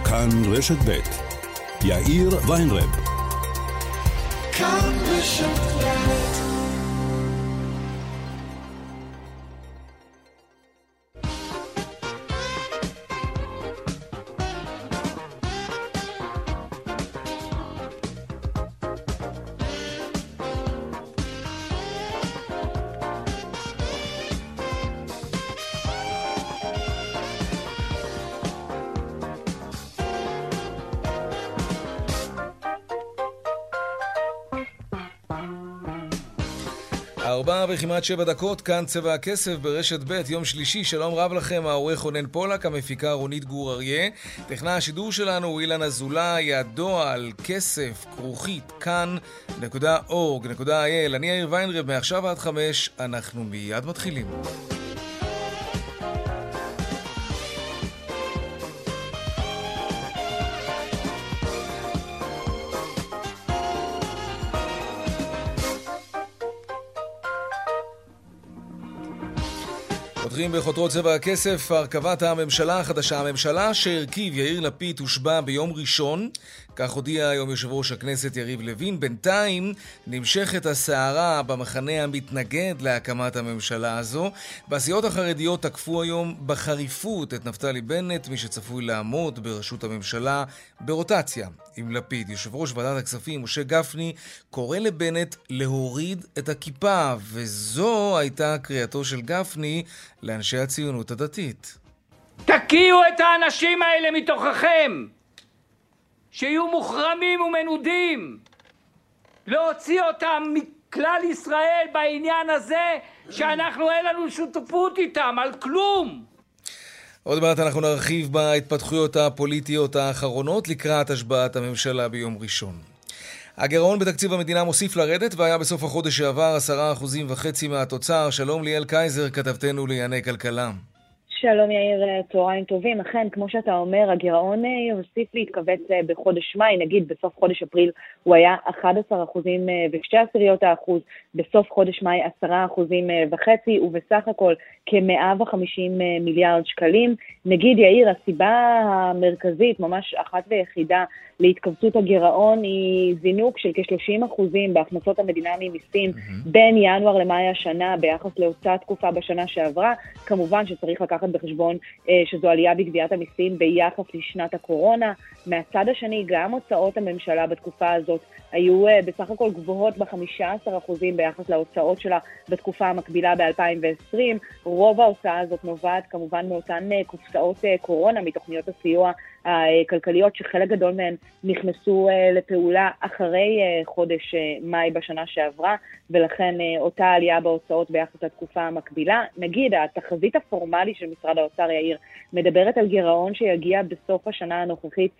כאן רשת ב' יאיר ויינרב. כאן רשת ב'. ארבע וכמעט 7 דקות, כאן צבע הכסף ברשת ב' יום שלישי. שלום רב לכם, העורך רונן פולק, המפיקה רונית גור אריה, טכנאי השידור שלנו הוא אילן אזולאי, הדואל כסף כרוכית כאן.org.il. אני יאיר ויינרב, מעכשיו עד 5, אנחנו מיד מתחילים. פותחים בחותרות צבע הכסף, הרכבת הממשלה החדשה. הממשלה שהרכיב יאיר לפיד תושבע ביום ראשון, כך הודיע היום יושב ראש הכנסת יריב לוין. בינתיים נמשכת הסערה במחנה המתנגד להקמת הממשלה הזו. בסיעות החרדיות תקפו היום בחריפות את נפתלי בנט, מי שצפוי לעמוד בראשות הממשלה ברוטציה עם לפיד. יושב ראש ועדת הכספים משה גפני קורא לבנט להוריד את הכיפה, וזו הייתה קריאתו של גפני לאנשי הציונות הדתית. תקיעו את האנשים האלה מתוככם, שיהיו מוחרמים ומנודים, להוציא אותם מכלל ישראל בעניין הזה, שאנחנו אין לנו שותפות איתם על כלום. עוד מעט אנחנו נרחיב בהתפתחויות הפוליטיות האחרונות לקראת השבעת הממשלה ביום ראשון. הגירעון בתקציב המדינה מוסיף לרדת, והיה בסוף החודש שעבר 10.5% מהתוצר. שלום ליאל קייזר, כתבתנו לענייני כלכלה. שלום יאיר, צהריים טובים. אכן, כמו שאתה אומר, הגירעון יוסיף להתכווץ בחודש מאי. נגיד בסוף חודש אפריל הוא היה 11.2%, בסוף חודש מאי 10.5%, ובסך הכל כ-150 מיליארד שקלים. נגיד יאיר, הסיבה המרכזית, ממש אחת ויחידה, להתכווצות הגירעון היא זינוק של כ-30% בהכנסות המדינה ממיסים בין ינואר למאי השנה ביחס לאותה תקופה בשנה שעברה. כמובן שצריך לקחת בחשבון שזו עלייה בגביית המיסים ביחס לשנת הקורונה. מהצד השני, גם הוצאות הממשלה בתקופה הזאת היו בסך הכל גבוהות ב-15% ביחס להוצאות שלה בתקופה המקבילה ב-2020. רוב ההוצאה הזאת נובעת כמובן מאותן קופסאות קורונה, מתוכניות הסיוע הכלכליות, שחלק גדול מהן נכנסו לפעולה אחרי חודש מאי בשנה שעברה, ולכן אותה עלייה בהוצאות ביחס לתקופה המקבילה. נגיד, התחזית הפורמלית של משרד האוצר יאיר מדברת על גירעון שיגיע בסוף השנה הנוכחית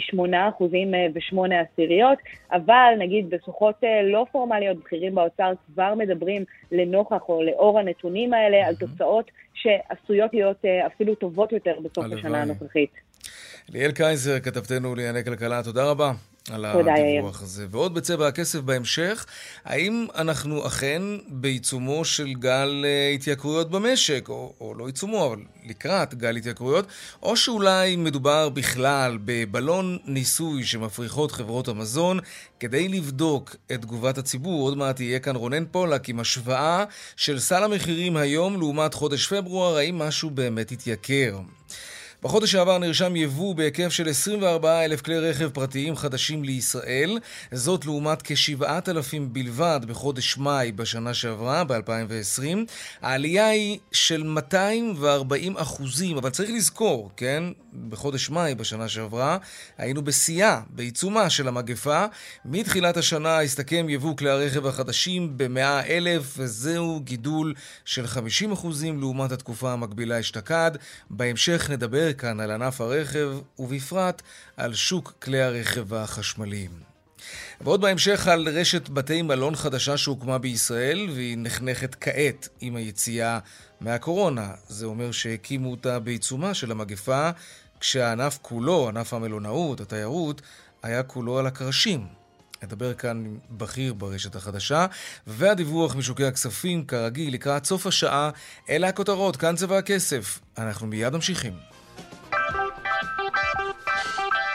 ל8.8%, אבל נגיד בשיחות לא פורמליות בכירים באוצר כבר מדברים לנוכח או לאור הנתונים האלה על תוצאות שעשויות להיות אפילו טובות יותר בסוף השנה הנוכחית. ליאל קייזר, כתבתנו לענייני כלכלה, תודה רבה על הדיווח הזה. ועוד בצבע הכסף בהמשך, האם אנחנו אכן בעיצומו של גל התייקרויות במשק, או לא עיצומו, אבל לקראת גל התייקרויות, או שאולי מדובר בכלל בבלון ניסוי שמפריחות חברות המזון כדי לבדוק את תגובת הציבור. עוד מעט יהיה כאן רונן פולק עם השוואה של סל המחירים היום לעומת חודש פברואר, האם משהו באמת התייקר. בחודש שעבר נרשם יבוא בהיקף של 24,000 כלי רכב פרטיים חדשים לישראל, זאת לעומת כ7,000 בלבד בחודש מאי בשנה שעברה, ב-2020. העלייה היא של 240%, אבל צריך לזכור, כן? בחודש מאי בשנה שעברה היינו בשיאה, בעיצומה של המגפה. מתחילת השנה הסתכם יבוא כלי הרכב החדשים ב100,000, וזהו גידול של 50% לעומת התקופה המקבילה אשתקד. בהמשך נדבר כאן על ענף הרכב, ובפרט על שוק כלי הרכב החשמליים. ועוד בהמשך על רשת בתי מלון חדשה שהוקמה בישראל, והיא נחנכת כעת עם היציאה מהקורונה. זה אומר שהקימו אותה בעיצומה של המגפה, כשהענף כולו, ענף המלונאות, התיירות, היה כולו על הקרשים. נדבר כאן עם בכיר ברשת החדשה, והדיווח משוקי הכספים כרגיל לקראת סוף השעה. אלה הכותרות, כאן צבע הכסף. אנחנו מיד ממשיכים.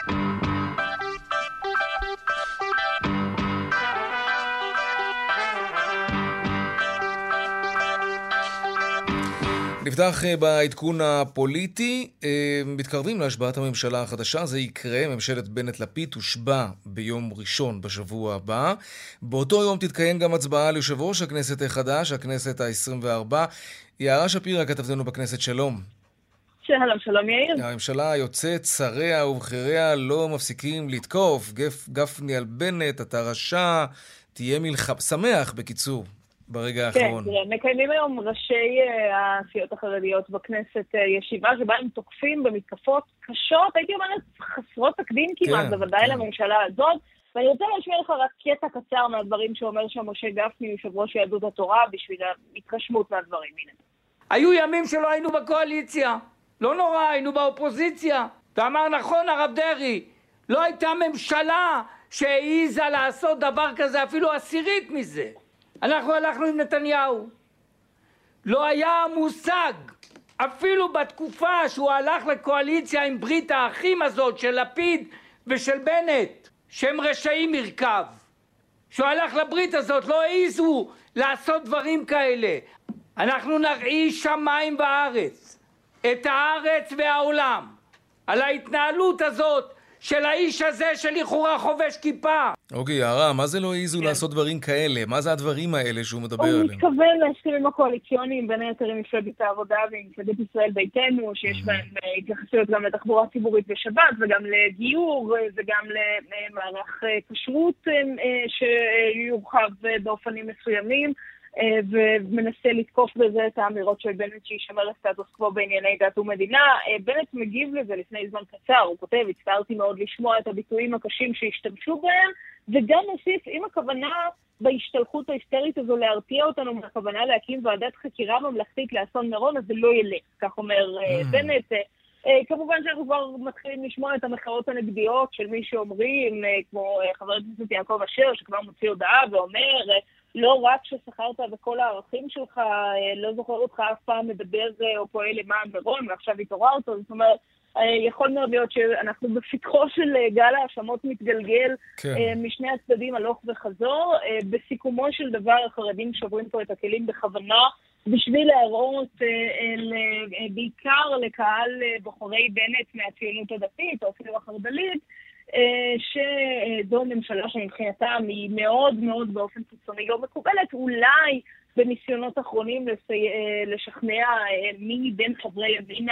נפתח בעדכון הפוליטי, מתקרבים להשבעת הממשלה החדשה, זה יקרה, ממשלת בנט-לפיד תושבע ביום ראשון בשבוע הבא. באותו יום תתקיים גם הצבעה על יושב ראש הכנסת החדש, הכנסת ה-24. יערה שפירא, כתבתנו בכנסת, שלום. שלום יאיר. הממשלה היוצאת, שריה ובחיריה לא מפסיקים לתקוף, גפני על בנט, אתה רשע, תהיה שמח בקיצור. ברגע האחרון. כן, מקיימים היום ראשי הסיעות החרדיות בכנסת ישיבה שבה הם תוקפים במתקפות קשות, הייתי אומרת חסרות תקדים כמעט, בוודאי לממשלה הזאת, ואני רוצה להשמיע לך רק קטע קצר מהדברים שאומר שם משה גפני, יושב ראש יהדות התורה, בשביל ההתרשמות מהדברים. הנה. היו ימים שלא היינו בקואליציה, לא נורא, היינו באופוזיציה. ואמר נכון הרב דרעי, לא הייתה ממשלה שהעיזה לעשות דבר כזה, אפילו עשירית מזה. אנחנו הלכנו עם נתניהו. לא היה מושג, אפילו בתקופה שהוא הלך לקואליציה עם ברית האחים הזאת של לפיד ושל בנט, שהם רשעים מרכב. שהוא הלך לברית הזאת, לא העיזו לעשות דברים כאלה. אנחנו נרעיש שמיים וארץ, את הארץ והעולם, על ההתנהלות הזאת של האיש הזה שלכאורה חובש כיפה. אוקיי, יערה, מה זה לא העיזו לעשות דברים כאלה? מה זה הדברים האלה שהוא מדבר עליהם? הוא מתכוון להסכמים הקואליציוניים בין היתר עם מפלגת העבודה ועם מפלגת ישראל ביתנו, שיש בהם התייחסויות גם לתחבורה ציבורית בשבת, וגם לגיור, וגם למערך כשרות שיורחב באופנים מסוימים, ומנסה לתקוף בזה את האמירות של בנט שישמר לסטטוס קוו בענייני דת ומדינה. בנט מגיב לזה לפני זמן קצר, הוא כותב, הצטערתי מאוד לשמוע את הביטויים הקשים שהשתמשו בהם, וגם נוסיף, עם הכוונה בהשתלחות ההיסטרית הזו להרתיע אותנו מהכוונה להקים ועדת חקירה ממלכתית לאסון מירון, אז זה לא ילך, כך אומר בנט. כמובן שאנחנו כבר מתחילים לשמוע את המחאות הנגדיות של מי שאומרים, כמו חבר הכנסת יעקב אשר, שכבר מוציא הודעה ואומר, לא רק ששכרת בכל הערכים שלך, לא זוכר אותך אף פעם מדבר או פועל למען מירון, ועכשיו התעוררת. זאת אומרת, יכול מאוד להיות שאנחנו בפתחו של גל האשמות מתגלגל משני הצדדים הלוך וחזור. בסיכומו של דבר החרדים שוברים פה את הכלים בכוונה, בשביל להראות בעיקר לקהל בוחרי בנט מהציונות הדתית, או אפילו החרד"לית, שזו ממשלה שמבחינתם היא מאוד מאוד באופן קיצוני לא מקובלת, אולי בניסיונות אחרונים לשכנע מי בין חברי ימינה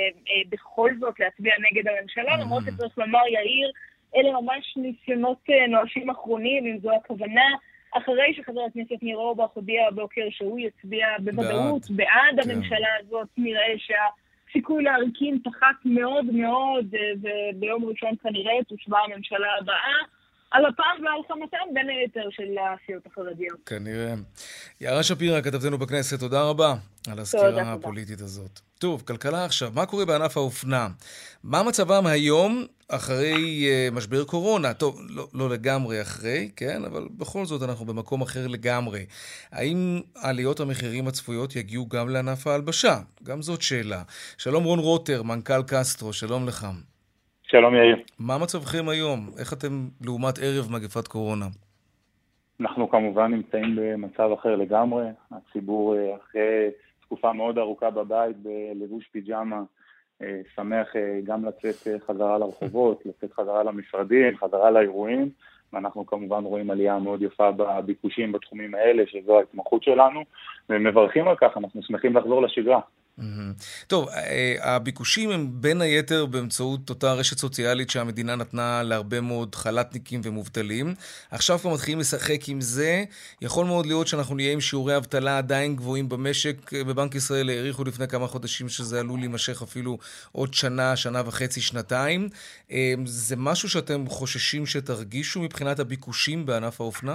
בכל זאת להצביע נגד הממשלה, למרות שצריך לומר יאיר, אלה ממש ניסיונות נואשים אחרונים, אם זו הכוונה, אחרי שחבר הכנסת ניר אורבך הודיע הבוקר שהוא יצביע בוודאות בעד הממשלה הזאת, נראה סיכוי להריקים תחת מאוד מאוד, וביום ראשון כנראה תושבע הממשלה הבאה, על הפעם ועל חמתם בין היתר של הסיעות החרדיות. כנראה. יערה שפירא, כתבתנו בכנסת, תודה רבה על הסקירה הפוליטית הזאת. טוב, כלכלה עכשיו, מה קורה בענף האופנה? מה מצבם היום אחרי משבר קורונה? טוב, לא לגמרי אחרי, כן? אבל בכל זאת אנחנו במקום אחר לגמרי. האם עליות המחירים הצפויות יגיעו גם לענף ההלבשה? גם זאת שאלה. שלום רון רוטר, מנכ"ל קסטרו, שלום לך. שלום יאיר. מה מצבכם היום? איך אתם לעומת ערב מגפת קורונה? אנחנו כמובן נמצאים במצב אחר לגמרי. הציבור אחרי תקופה מאוד ארוכה בבית בלבוש פיג'מה, שמח גם לצאת חזרה לרחובות, לצאת חזרה למשרדים, חזרה לאירועים, ואנחנו כמובן רואים עלייה מאוד יפה בביקושים בתחומים האלה, שזו ההתמחות שלנו, ומברכים על כך, אנחנו שמחים לחזור לשגרה. טוב, הביקושים הם בין היתר באמצעות אותה רשת סוציאלית שהמדינה נתנה להרבה מאוד חל"תניקים ומובטלים. עכשיו כבר מתחילים לשחק עם זה. יכול מאוד להיות שאנחנו נהיה עם שיעורי אבטלה עדיין גבוהים במשק. בבנק ישראל העריכו לפני כמה חודשים שזה עלול להימשך אפילו עוד שנה, שנה וחצי, שנתיים. זה משהו שאתם חוששים שתרגישו מבחינת הביקושים בענף האופנה?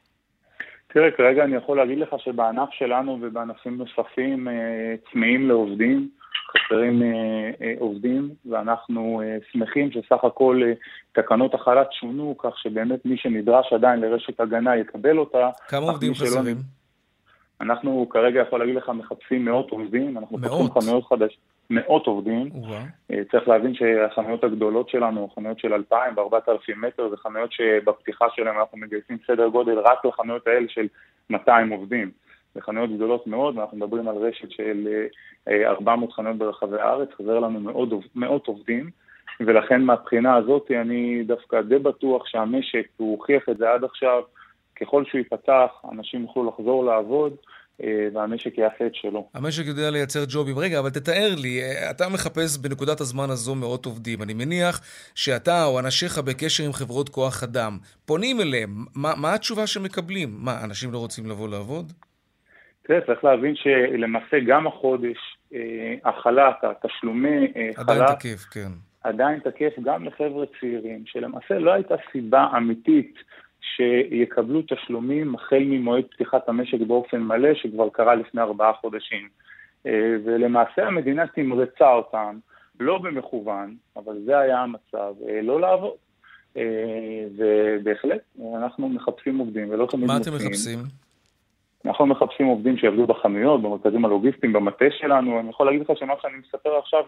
תראה, כרגע אני יכול להגיד לך שבענף שלנו ובענפים נוספים צמאים לעובדים, חסרים עובדים, ואנחנו שמחים שסך הכל תקנות החל"ת שונו, כך שבאמת מי שנדרש עדיין לרשת הגנה יקבל אותה. כמה עובדים חסרים? אנחנו כרגע יכול להגיד לך מחפשים מאות עובדים, אנחנו פותחים חנויות חדשות. מאות עובדים. צריך להבין שהחנויות הגדולות שלנו, חנויות של 2,000 ב-4,000 מטר, זה חנויות שבפתיחה שלהם אנחנו מגייסים סדר גודל רק לחנויות האלה של 200 עובדים. זה חנויות גדולות מאוד, ואנחנו מדברים על רשת של 400 חנויות ברחבי הארץ, חזר לנו מאות עובדים, ולכן מהבחינה הזאת אני דווקא די בטוח שהמשק, הוא הוכיח את זה עד עכשיו, ככל שהוא ייפתח, אנשים יוכלו לחזור לעבוד, והמשק יעשה את שלו. המשק יודע לייצר ג'ובים. רגע, אבל תתאר לי, אתה מחפש בנקודת הזמן הזו מאות עובדים. אני מניח שאתה או אנשיך בקשר עם חברות כוח אדם, פונים אליהם. מה התשובה שמקבלים? מה, אנשים לא רוצים לבוא לעבוד? תראה, צריך להבין שלמעשה גם החודש, החל"ת, התשלומי חל"ת, עדיין תקף, כן. עדיין תקף גם לחבר'ה צעירים, שלמעשה לא הייתה סיבה אמיתית שיקבלו תשלומים החל ממועד פתיחת המשק באופן מלא, שכבר קרה לפני 4 חודשים. ולמעשה המדינה תמרצה אותם, לא במכוון, אבל זה היה המצב, לא לעבוד. ובהחלט, אנחנו מחפשים עובדים ולא תמיד מוצאים. מה אתם מחפשים? אנחנו מחפשים עובדים שיעבדו בחנויות, במרכזים הלוגיסטיים, במטה שלנו. אני יכול להגיד לך שמה שאני מספר עכשיו,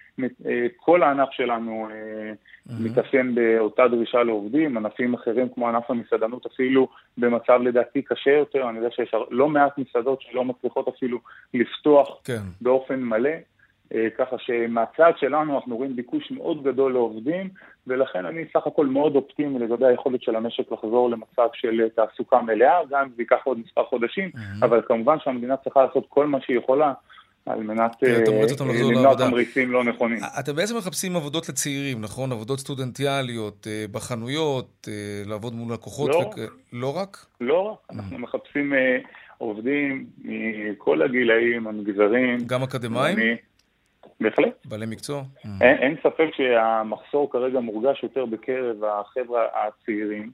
כל הענף שלנו מתאפיין באותה דרישה לעובדים, ענפים אחרים כמו ענף המסעדנות אפילו במצב לדעתי קשה יותר. אני יודע שיש לא מעט מסעדות שלא מצליחות אפילו לפתוח באופן מלא, ככה שמהצד שלנו אנחנו רואים ביקוש מאוד גדול לעובדים, ולכן אני סך הכל מאוד אופטימי לגבי היכולת של המשק לחזור למצב של תעסוקה מלאה, גם זה ייקח עוד מספר חודשים, אבל כמובן שהמדינה צריכה לעשות כל מה שהיא יכולה, על מנת למנוע תמריצים לא נכונים. אתם בעצם מחפשים עבודות לצעירים, נכון? עבודות סטודנטיאליות, בחנויות, לעבוד מול לקוחות? לא רק? לא רק. אנחנו מחפשים עובדים מכל הגילאים, המגזרים. גם אקדמיים? בהחלט. בעלי מקצוע? אין ספק שהמחסור כרגע מורגש יותר בקרב החבר'ה הצעירים,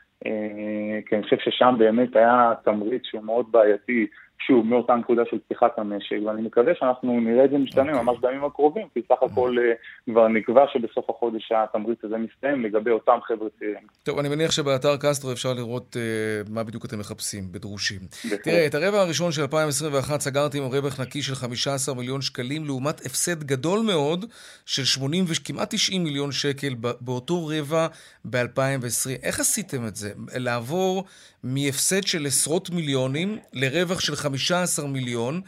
כי אני חושב ששם באמת היה תמריץ שהוא מאוד בעייתי, שוב, מאותה נקודה של פתיחת המשק, ואני מקווה שאנחנו נראה את זה משתנה ממש בימים הקרובים, כי סך הכל כבר נקבע שבסוף החודש התמריץ הזה מסתיים לגבי אותם חבר'ה צעירים. טוב, אני מניח שבאתר קסטרו אפשר לראות מה בדיוק אתם מחפשים בדרושים. תראה, את הרבע הראשון של 2021 סגרתי עם רווח נקי של 15 מיליון שקלים, לעומת הפסד גדול מאוד של 80 וכמעט 90 מיליון שקל באותו רבע ב-2020. איך עשיתם את זה? לעבור מהפסד של עשרות מיליונים לרווח של 15 מיליון,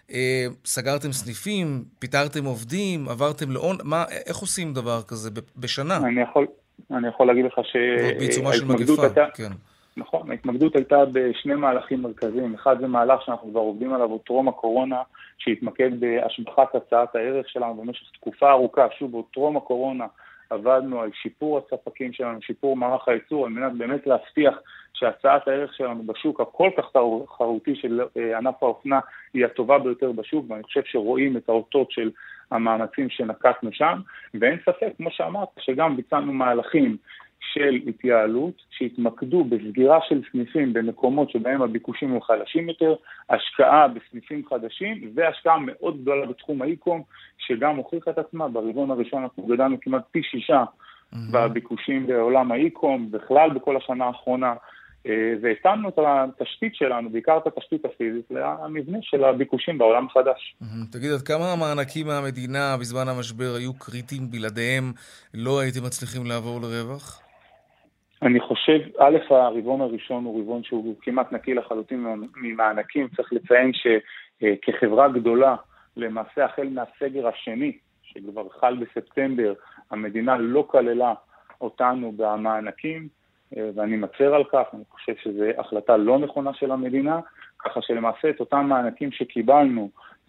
סגרתם סניפים, פיטרתם עובדים, עברתם לעון, איך עושים דבר כזה בשנה? אני יכול להגיד לך בעיצומה של מגפה, כן. נכון, ההתמקדות הייתה בשני מהלכים מרכזיים. אחד זה מהלך שאנחנו כבר עובדים עליו עוד טרום הקורונה, שהתמקד בהשבחת הצעת הערך שלנו במשך תקופה ארוכה. שוב, עוד טרום הקורונה עבדנו על שיפור הספקים שלנו, שיפור מערך הייצור, על מנת באמת להבטיח שהצעת הערך שלנו בשוק הכל כך תחרותי של ענף האופנה היא הטובה ביותר בשוק, ואני חושב שרואים את האותות של המאמצים שנקטנו שם, ואין ספק, כמו שאמרת, שגם ביצענו מהלכים של התייעלות, שהתמקדו בסגירה של סניפים במקומות שבהם הביקושים הם חלשים יותר, השקעה בסניפים חדשים, והשקעה מאוד גדולה בתחום האי-קום, שגם הוכיחה את עצמה. ברבעון הראשון אנחנו גדלנו כמעט פי 6 בביקושים בעולם האי-קום, בכלל בכל השנה האחרונה, והתאמנו את התשתית שלנו, בעיקר את התשתית הפיזית, למבנה של הביקושים בעולם החדש. תגיד, עד כמה המענקים מהמדינה בזמן המשבר היו קריטיים בלעדיהם, לא הייתם מצליחים לעבור לרווח? אני חושב, א', הרבעון הראשון הוא רבעון שהוא כמעט נקי לחלוטין ממענקים. צריך לציין שכחברה גדולה, למעשה החל מהסגר השני, שכבר חל בספטמבר, המדינה לא כללה אותנו במענקים, ואני מצר על כך. אני חושב שזו החלטה לא נכונה של המדינה, ככה שלמעשה את אותם מענקים שקיבלנו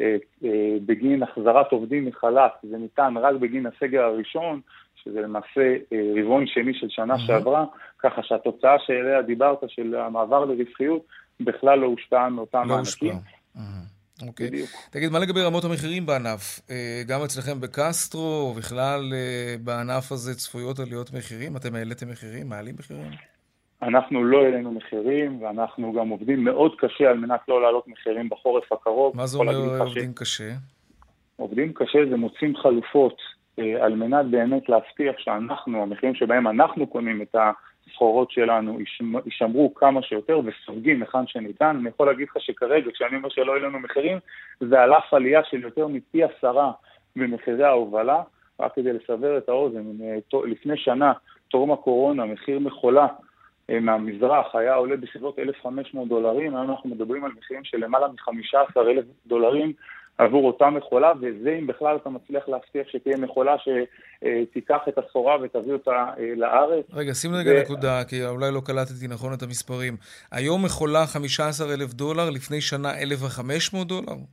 בגין החזרת עובדים מחל"ת, זה ניתן רק בגין הסגר הראשון, שזה למעשה רבעון שני של שנה שעברה, ככה שהתוצאה שאליה דיברת של המעבר לרווחיות בכלל לא הושפעה מאותם מענקים. אוקיי. תגיד, מה לגבי רמות המחירים בענף? גם אצלכם בקסטרו, ובכלל בענף הזה צפויות עליות מחירים? אתם העליתם מחירים? מעלים מחירים? אנחנו לא העלינו מחירים, ואנחנו גם עובדים מאוד קשה על מנת לא לעלות מחירים בחורף הקרוב. מה זה אומר עובדים קשה? עובדים קשה זה מוצאים חלופות, על מנת באמת להבטיח שאנחנו, המחירים שבהם אנחנו קונים את הסחורות שלנו, יישמרו כמה שיותר וסופגים מכאן שניתן. אני יכול להגיד לך שכרגע, כשאני אומר שלא יהיו לנו מחירים, זה עלה עלייה של יותר מפי 10 במחירי ההובלה. רק כדי לסבר את האוזן, לפני שנה, טרום הקורונה, מחיר מכולה מהמזרח היה עולה בסביבות $1,500, היום אנחנו מדברים על מחירים של למעלה $15,000, עבור אותה מכולה, וזה אם בכלל אתה מצליח להבטיח שתהיה מכולה שתיקח את הסחורה ותביא אותה לארץ. רגע, שים רגע נקודה, כי אולי לא קלטתי נכון את המספרים. היום מכולה $15,000, לפני שנה $1,500?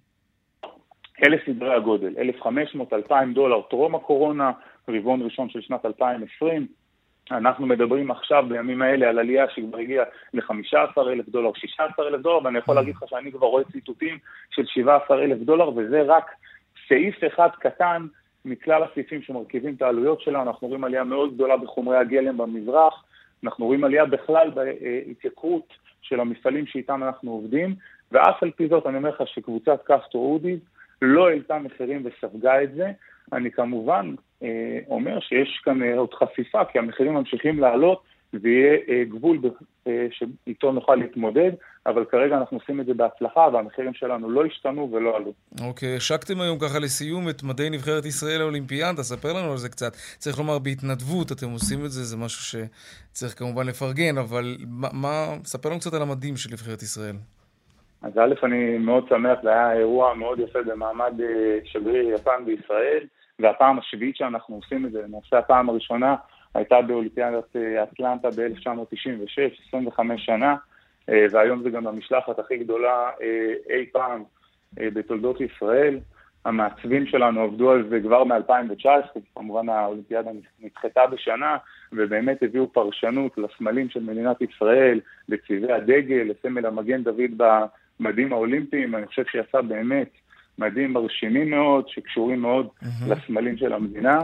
אלה סדרי הגודל, $1,500-2,000 טרום הקורונה, רבעון ראשון של שנת 2020. אנחנו מדברים עכשיו בימים האלה על עלייה שכבר הגיעה $15,000, $16,000, ואני יכול להגיד לך שאני כבר רואה ציטוטים של $17,000, וזה רק סעיף אחד קטן מכלל הסעיפים שמרכיבים את העלויות שלנו. אנחנו רואים עלייה מאוד גדולה בחומרי הגלם במזרח, אנחנו רואים עלייה בכלל בהתייקרות של המפעלים שאיתם אנחנו עובדים, ואף על פי זאת אני אומר לך שקבוצת קסטרו אודי'ס לא העלתה מחירים וספגה את זה. אני כמובן אומר שיש כאן עוד חשיפה, כי המחירים ממשיכים לעלות, ויהיה גבול שאיתו נוכל להתמודד, אבל כרגע אנחנו עושים את זה בהצלחה, והמחירים שלנו לא השתנו ולא עלו. אוקיי, השקתם היום ככה לסיום את מדי נבחרת ישראל האולימפיאדה, ספר לנו על זה קצת. צריך לומר, בהתנדבות אתם עושים את זה, זה משהו שצריך כמובן לפרגן, אבל ספר לנו קצת על המדים של נבחרת ישראל. אז א', אני מאוד שמח, זה היה אירוע מאוד יפה במעמד שגריר יפן בישראל, והפעם השביעית שאנחנו עושים את זה, למעשה הפעם הראשונה הייתה באולימפיאדת אטלנטה ב-1996, 25 שנה, והיום זה גם המשלחת הכי גדולה אי פעם בתולדות ישראל. המעצבים שלנו עבדו על זה כבר מ-2019, כמובן האולימפיאדה נדחתה בשנה, ובאמת הביאו פרשנות לסמלים של מדינת ישראל, בצבעי הדגל, לסמל המגן דוד במדים האולימפיים. אני חושב שיצא באמת מדים מרשימים מאוד, שקשורים מאוד לסמלים של המדינה.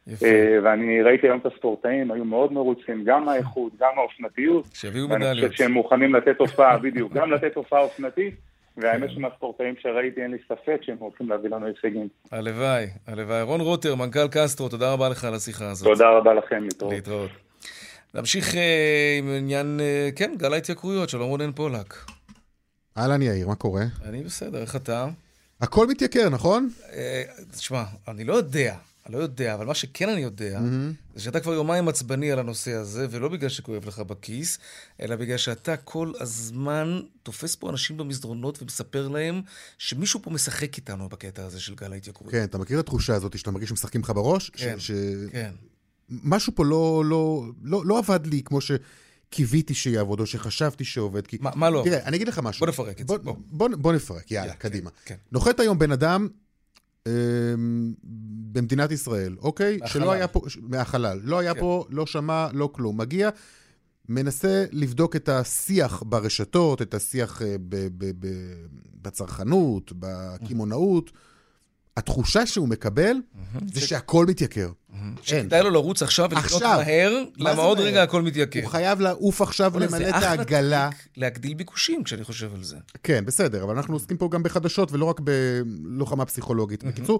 ואני ראיתי היום את הספורטאים, היו מאוד מרוצים, גם האיכות, גם האופנתיות. ואני חושב שהם מוכנים לתת הופעה, בדיוק, גם לתת הופעה אופנתית, והאמת שמהספורטאים שראיתי אין לי ספק שהם הולכים להביא לנו הישגים. הלוואי, הלוואי. רון רוטר, מנכ"ל קסטרו, תודה רבה לך על השיחה הזאת. תודה רבה לכם, להתראות. נמשיך עם עניין, כן, גל ההתייקרויות, שלום רונן פולק. אהלן יאיר, מה קורה? אני בסדר, איך אתה? הכל מתייקר, נכון? תשמע, אני לא יודע, אבל מה שכן אני יודע, זה שאתה כבר יומיים עצבני על הנושא הזה, ולא בגלל שכואב לך בכיס, אלא בגלל שאתה כל הזמן תופס פה אנשים במסדרונות ומספר להם שמישהו פה משחק איתנו בקטע הזה של גל ההתייקרות. כן, אתה מכיר את התחושה הזאת שאתה מרגיש שמשחקים לך בראש? כן. משהו פה לא עבד לי כמו שקיוויתי שיעבוד, או שחשבתי שעובד. מה לא? תראה, אני אגיד לך משהו. בוא נפרק את זה. בוא נפרק, יאללה, קדימה. נוחת היום בן אדם במדינת ישראל, אוקיי? שלא היה פה, מהחלל, לא היה פה, לא שמע, לא כלום. מגיע, מנסה לבדוק את השיח ברשתות, את השיח בצרכנות, בקימונאות. התחושה שהוא מקבל זה שהכל מתייקר. שכדאי לו לרוץ עכשיו ולקנות מהר, למה עוד רגע הכל מתייקר. הוא חייב לעוף עכשיו למלא את העגלה. להגדיל ביקושים כשאני חושב על זה. כן, בסדר, אבל אנחנו עוסקים פה גם בחדשות ולא רק בלוחמה פסיכולוגית. בקיצור,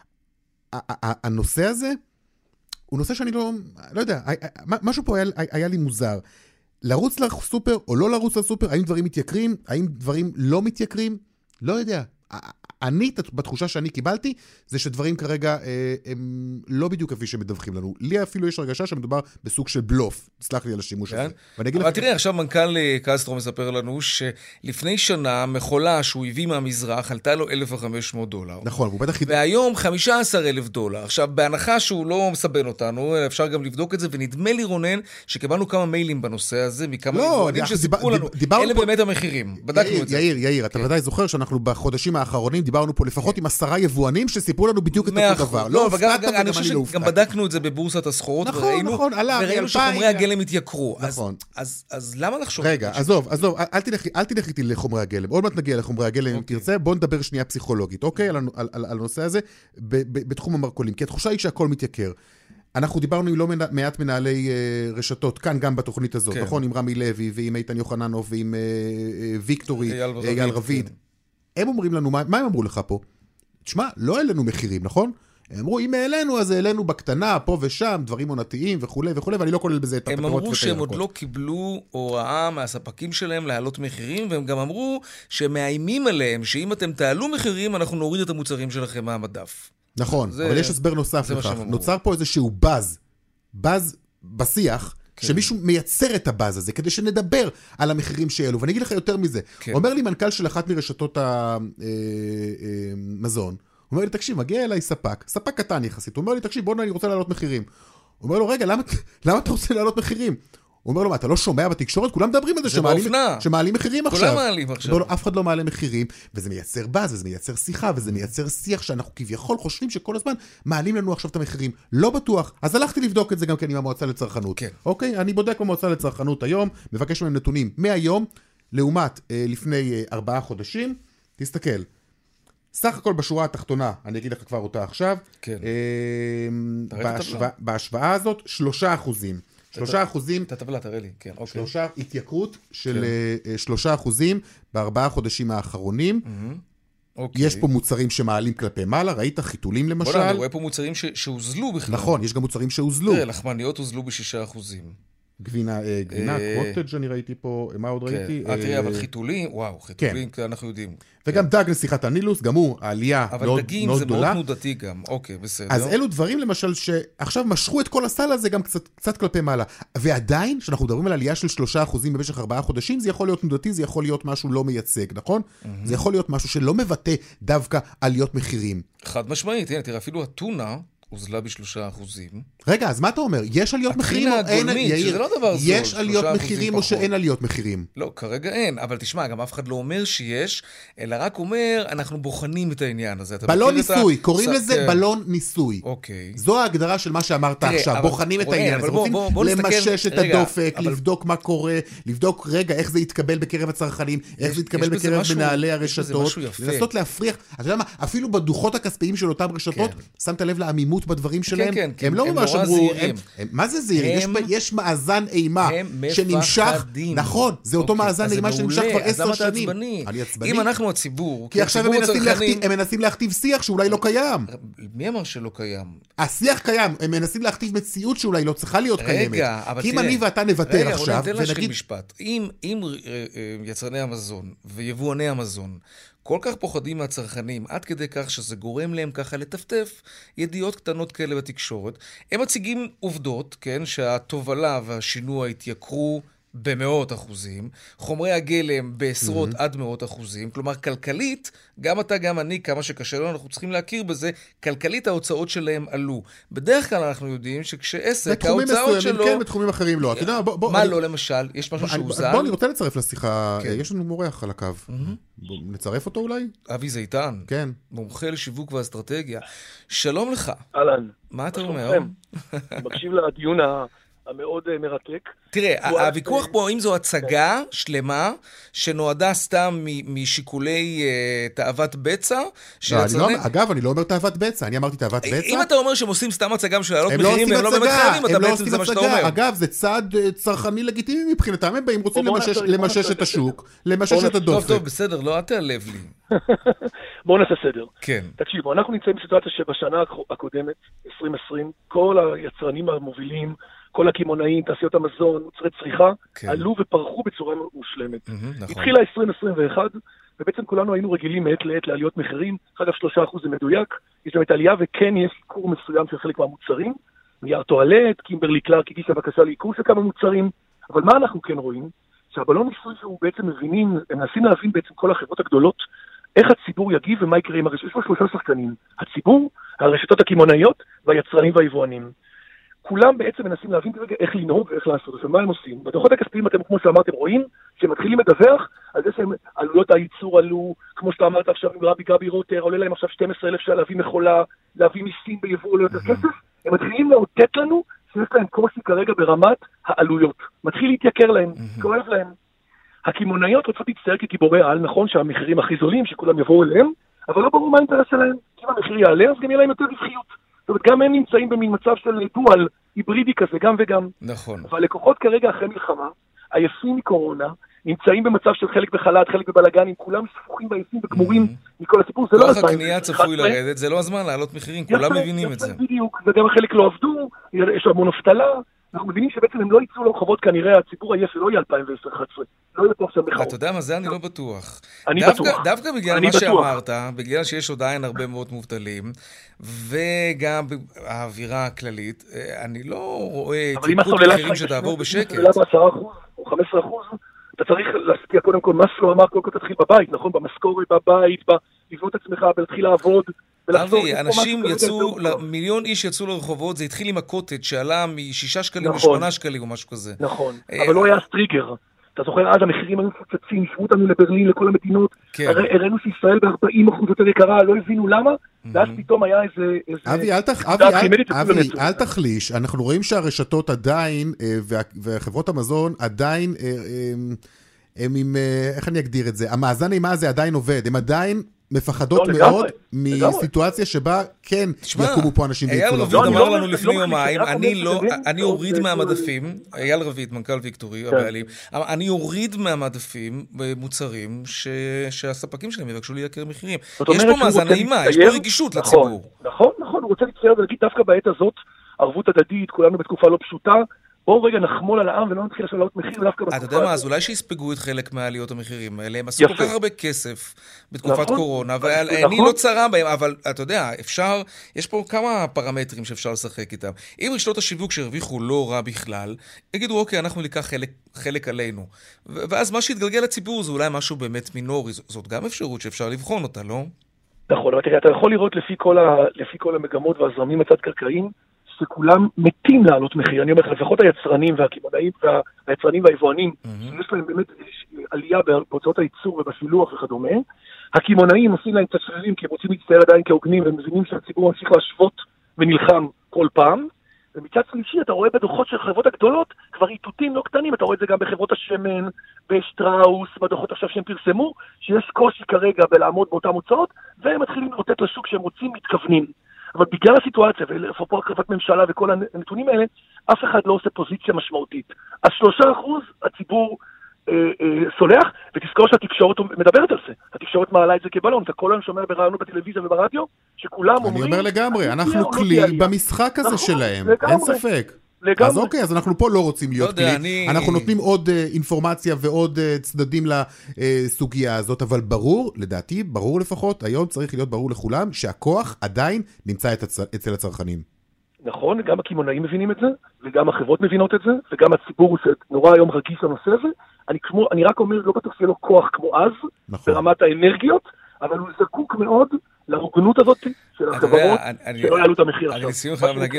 הנושא הזה הוא נושא שאני לא יודע, משהו פה היה לי מוזר. לרוץ לסופר או לא לרוץ לסופר, האם דברים מתייקרים, האם דברים לא מתייקרים, לא יודע. אני, בתחושה שאני קיבלתי, זה שדברים כרגע הם לא בדיוק כפי שמדווחים לנו. לי אפילו יש הרגשה שמדובר בסוג של בלוף. תסלח לי על השימוש הזה. אבל תראה, עכשיו מנכ"ל קסטרו מספר לנו שלפני שנה מכולה שהוא הביא מהמזרח עלתה לו $1,500. נכון, הוא בטח... והיום $15,000. עכשיו, בהנחה שהוא לא מסבן אותנו, אפשר גם לבדוק את זה, ונדמה לי רונן שקיבלנו כמה מיילים בנושא הזה, מכמה יבואנים שסיפרו לנו. אלה באמת המחירים. בדקנו את זה. יאיר, אתה ודאי זוכר שאנחנו בחודשים האחרונים דיברנו פה לפחות עם 10 יבואנים שסיפרו לנו בדיוק את אותו דבר. לא, אני חושב שגם בדקנו את זה בבורסת הסחורות, וראינו שחומרי הגלם התייקרו. אז למה לחשוב? רגע, עזוב, אל תלך איתי לחומרי הגלם. עוד מעט נגיע לחומרי הגלם אם תרצה, בוא נדבר שנייה פסיכולוגית, אוקיי? על הנושא הזה, בתחום המרכולים. כי התחושה היא שהכל מתייקר. אנחנו דיברנו עם לא מעט מנהלי רשתות, כאן גם בתוכנית הזאת, נכון? עם רמי לוי ועם איתן יוחננוב ועם ויקטורי, אייל רביד. הם אומרים לנו, מה הם אמרו לך פה? תשמע, לא העלינו מחירים, נכון? הם אמרו, אם העלינו, אז העלינו בקטנה, פה ושם, דברים עונתיים וכו' וכו', ואני לא כולל בזה את הפתרות. הם אמרו שהם עוד לא קיבלו הוראה מהספקים שלהם להעלות מחירים, והם גם אמרו שמאיימים עליהם, שאם אתם תעלו מחירים, אנחנו נוריד את המוצרים שלכם מהמדף. נכון, אבל יש הסבר נוסף לכך. נוצר פה איזשהו בז בשיח, שמישהו מייצר את הבאז הזה, כדי שנדבר על המחירים שאלו. ואני אגיד לך יותר מזה. אומר לי מנכ"ל של אחת מרשתות המזון, הוא אומר לי, תקשיב, מגיע אליי ספק קטן יחסית, הוא אומר לי, תקשיב, בוא, אני רוצה להעלות מחירים. הוא אומר לו, רגע, למה אתה רוצה להעלות מחירים? הוא אומר לו, מה, אתה לא שומע בתקשורת? כולם מדברים על זה שמעלים מחירים עכשיו. כולם מעלים עכשיו. אף אחד לא מעלה מחירים, וזה מייצר באז, וזה מייצר שיחה, וזה מייצר שיח שאנחנו כביכול חושבים שכל הזמן מעלים לנו עכשיו את המחירים. לא בטוח. אז הלכתי לבדוק את זה גם כן עם המועצה לצרכנות. אוקיי? אני בודק במועצה לצרכנות היום, מבקש מהם נתונים מהיום, לעומת לפני 4 חודשים. תסתכל. סך הכל בשורה התחתונה, אני אגיד לך כבר אותה עכשיו, בהשוואה הזאת, 3%. 3%. את הטבלה, תראה לי, כן, אוקיי. התייקרות של 3% ב4 חודשים האחרונים. יש פה מוצרים שמעלים כלפי מעלה, ראית חיתולים למשל. בוא אני רואה פה מוצרים שהוזלו בכלל. נכון, יש גם מוצרים שהוזלו. תראה, לחמניות הוזלו ב6%. גבינה, קוטג' אני ראיתי פה, מה עוד ראיתי? תראה, אבל חיתולים, וואו, חיתולים, אנחנו יודעים. וגם דג נסיכת הנילוס, גם הוא, העלייה מאוד גדולה. אבל דגים זה מאוד תנודתי גם, אוקיי, בסדר. אז אלו דברים למשל שעכשיו משכו את כל הסל הזה גם קצת כלפי מעלה. ועדיין, שאנחנו מדברים על עלייה של 3% במשך 4 חודשים, זה יכול להיות תנודתי, זה יכול להיות משהו לא מייצג, נכון? זה יכול להיות משהו שלא מבטא דווקא עליות מחירים. חד משמעית, הנה, תראה, אפילו הטונה הוזלה ב3%. רגע, אז מה אתה אומר? יש עליות מחירים או אין? שזה לא דבר זול. יש עליות מחירים או שאין עליות מחירים? לא, כרגע אין, אבל תשמע, גם אף אחד לא אומר שיש, אלא רק אומר, אנחנו בוחנים את העניין הזה. בלון ניסוי, קוראים לזה בלון ניסוי. אוקיי. זו ההגדרה של מה שאמרת עכשיו, בוחנים את העניין הזה. רוצים למשש את הדופק, לבדוק מה קורה, לבדוק רגע איך זה יתקבל בקרב הצרכנים, איך זה יתקבל בקרב מנהלי הרשתות, לנסות להפריח. אתה יודע מה, אפילו בדוחות הכספיים של אותם רשתות, שמת לב לעמימות בדברים שלהם, הם לא ממש אמרו, מה זה זהירים? יש מאזן אימה שנמשך, נכון, זה אותו מאזן אימה שנמשך כבר 10 שנים. אני עצבני. אם אנחנו הציבור, כי עכשיו הם מנסים להכתיב שיח שאולי לא קיים. מי אמר שלא קיים? השיח קיים, הם מנסים להכתיב מציאות שאולי לא צריכה להיות קיימת. כי אם אני ואתה נוותר עכשיו, ונגיד משפט, אם יצרני המזון ויבואני המזון כל כך פוחדים מהצרכנים, עד כדי כך שזה גורם להם ככה לטפטף ידיעות קטנות כאלה בתקשורת. הם מציגים עובדות, כן, שהתובלה והשינוע התייקרו במאות אחוזים, חומרי הגלם בעשרות עד מאות אחוזים, כלומר כלכלית, גם אתה גם אני, כמה שקשה לנו, אנחנו צריכים להכיר בזה, כלכלית ההוצאות שלהם עלו. בדרך כלל אנחנו יודעים שכשעסק, ההוצאות שלו... כן, בתחומים אחרים לא. מה לא למשל? יש משהו שהוזל? בוא, אני רוצה לצרף לשיחה, יש לנו מורח על הקו. נצרף אותו אולי? אבי זיתן. כן. מומחה לשיווק ואסטרטגיה. שלום לך. אהלן. מה אתה אומר? אני מקשיב לדיון המאוד מרתק. תראה, הוויכוח פה, אם זו הצגה שלמה, שנועדה סתם משיקולי תאוות בצע, אגב, אני לא אומר תאוות בצע, אני אמרתי תאוות בצע. אם אתה אומר שהם עושים סתם הצגה בשביל להעלות מחירים, והם לא באמת חייבים, אתה בעצם זה מה שאתה אומר. אגב, זה צעד צרכני לגיטימי מבחינתם, הם באים רוצים למשש את השוק, למשש את הדופק. טוב, בסדר, לא, אתה לב לי. בואו נעשה סדר. כן. תקשיבו, אנחנו נמצאים בסיטואציה שבשנה הקודמת, 2020, כל היצרנים המובילים, כל הכימונאים, תעשיות המזון, מוצרי צריכה, עלו ופרחו בצורה מושלמת. התחילה 2021, ובעצם כולנו היינו רגילים מעת לעת לעליות מחירים, אגב 3% זה מדויק, יש באמת עלייה וכן יש עיקור מסוים של חלק מהמוצרים, נייר טואלט, קימברלי קלארק הגישה בקשה לעיקור של כמה מוצרים, אבל מה אנחנו כן רואים? שהבלון ניסוי שהוא בעצם מבינים, הם מנסים להבין בעצם כל החברות הגדולות, איך הציבור יגיב ומה יקרה עם הרשת. יש פה 3 שחקנים, הציבור, הרשתות הכימונאיות והיצרנים והיבואנים. כולם בעצם מנסים להבין כרגע איך לנהוג ואיך לעשות, ומה הם עושים. בדוחות הכספיים אתם, כמו שאמרתם, רואים שהם מתחילים לדווח על זה שהם עלויות הייצור עלו, כמו שאתה אמרת עכשיו עם רבי גבי רוטר, עולה להם עכשיו 12,000 שעה להביא מכולה, להביא מיסים ביבוא עולה יותר כסף, הם מתחילים לאותת לנו שיש להם קושי כרגע ברמת העלויות. מתחיל להתייקר להם, כואב להם. הכימונאיות רוצות להצטייר כגיבורי על, נכון שהמחירים הכי זולים, שכולם יבואו אליהם, אבל לא ברור מה האינטרס שלהם. אם המחיר יעלה, אז גם יהיה להם יותר רווחיות. זאת אומרת, גם הם נמצאים במין מצב של דואל היברידי כזה, גם וגם. נכון. אבל לקוחות כרגע אחרי מלחמה, עייפים מקורונה, נמצאים במצב של חלק בחל"ת, חלק בבלגנים, כולם ספוחים ועייפים וכמורים מכל הסיפור, זה לא הזמן. כוח הקנייה צפוי לרדת, זה לא הזמן לעלות מחירים, כולם מבינים את זה. בדיוק, וגם חלק לא עבדו, יש המון אבטלה, אנחנו מבינים שבעצם הם לא יצאו לרחובות כנראה, הציבור עייף לא יהיה 2011, לא יהיה טוב שם מחאות. אתה יודע מה, זה אני לא בטוח. אני בטוח. דווקא בגלל מה שאמרת, בגלל שיש עדיין הרבה מאוד מובטלים, וגם האווירה הכללית, אני לא רואה טיפות מחירים שתעבור בשקט. אבל אם הסוללה ב10% או 15%, אתה צריך להשקיע קודם כל, מה שלא אמר, קודם כל תתחיל בבית, נכון? במשכורת, בבית, לבנות את עצמך, ולהתחיל לעבוד. אבי, אנשים יצאו, מיליון איש יצאו לרחובות, זה התחיל עם הקוטג' שעלה מ6 שקלים ל8 שקלים או משהו כזה. נכון, אבל לא היה סטריגר. אתה זוכר, אז המחירים היו מפוצצים, שבו אותנו לברלין, לכל המדינות, הראינו שישראל ב40% יותר יקרה, לא הבינו למה, ואז פתאום היה איזה... אבי, אל תחליש, אנחנו רואים שהרשתות עדיין, וחברות המזון עדיין, הם עם, איך אני אגדיר את זה, המאזן אימה הזה עדיין עובד, הם עדיין מפחדות מאוד מסיטואציה שבה כן יקומו פה אנשים אייל רביד אמר לנו לפני יומיים, אני אוריד מהמדפים, אייל רביד, מנכ"ל ויקטורי, הבעלים, אני אוריד מהמדפים מוצרים שהספקים שלהם יבקשו לייקר מחירים. יש פה מאזן אימה, יש פה רגישות לציבור. נכון, הוא רוצה לצייר ולהגיד דווקא בעת הזאת, ערבות הדדית, כולנו בתקופה לא פשוטה, בואו רגע נחמול על העם ולא נתחיל לעלות מחיר דווקא בתקופה. אתה יודע מה, אז אולי שיספגו את חלק מהעליות המחירים האלה, הם עשו כל כך הרבה כסף בתקופת קורונה, ואני לא צרה בהם, אבל אתה יודע, אפשר, יש פה כמה פרמטרים שאפשר לשחק איתם. אם רשתות השיווק שהרוויחו לא רע בכלל, יגידו, אוקיי, אנחנו ניקח חלק עלינו. ואז מה שהתגלגל לציבור זה אולי משהו באמת מינורי, זאת גם אפשרות שאפשר לבחון אותה, לא? נכון, אבל תראה, אתה יכול לראות לפי כל המגמות והזרמים הצד קרקעיים, שכולם מתים לעלות מחיר. אני אומר לך, לפחות היצרנים והקימונאים והיצרנים והיבואנים, יש להם באמת עלייה בהוצאות הייצור ובשילוח וכדומה. הקימונאים עושים להם תשרירים, כי הם רוצים להצטייר עדיין כהוגנים, והם מבינים שהציבור ממשיך להשוות ונלחם כל פעם. ומצד שלישי, אתה רואה בדוחות של חברות הגדולות, כבר איתותים לא קטנים, אתה רואה את זה גם בחברות השמן, בשטראוס, בדוחות עכשיו שהם פרסמו, שיש קושי כרגע בלעמוד באותן הוצאות, והם מתחילים לתת לשוק שהם רוצים, מתכוונים. אבל בגלל הסיטואציה, ולפרופו הקרבת ממשלה וכל הנתונים האלה, אף אחד לא עושה פוזיציה משמעותית. אז 3% הציבור סולח, ותזכור שהתקשורת מדברת על זה. התקשורת מעלה את זה כבלון, אתה כל היום שומע ברעיונות בטלוויזיה וברדיו, שכולם אומרים... אני אומר לגמרי, אנחנו כלי במשחק הזה שלהם, אין ספק. אז אוקיי, אז אנחנו פה לא רוצים להיות כלי, אנחנו נותנים עוד אינפורמציה ועוד צדדים לסוגיה הזאת, אבל ברור, לדעתי, ברור לפחות, היום צריך להיות ברור לכולם, שהכוח עדיין נמצא אצל הצרכנים. נכון, גם הקימונאים מבינים את זה, וגם החברות מבינות את זה, וגם הציבור שנורא היום רגיש לנושא הזה. אני רק אומר, לא בטוח שיהיה לו כוח כמו אז, ברמת האנרגיות, אבל הוא זקוק מאוד להוגנות הזאת של החברות, שלא יעלו את המחיר עכשיו. אני לסיום חייב להגיד,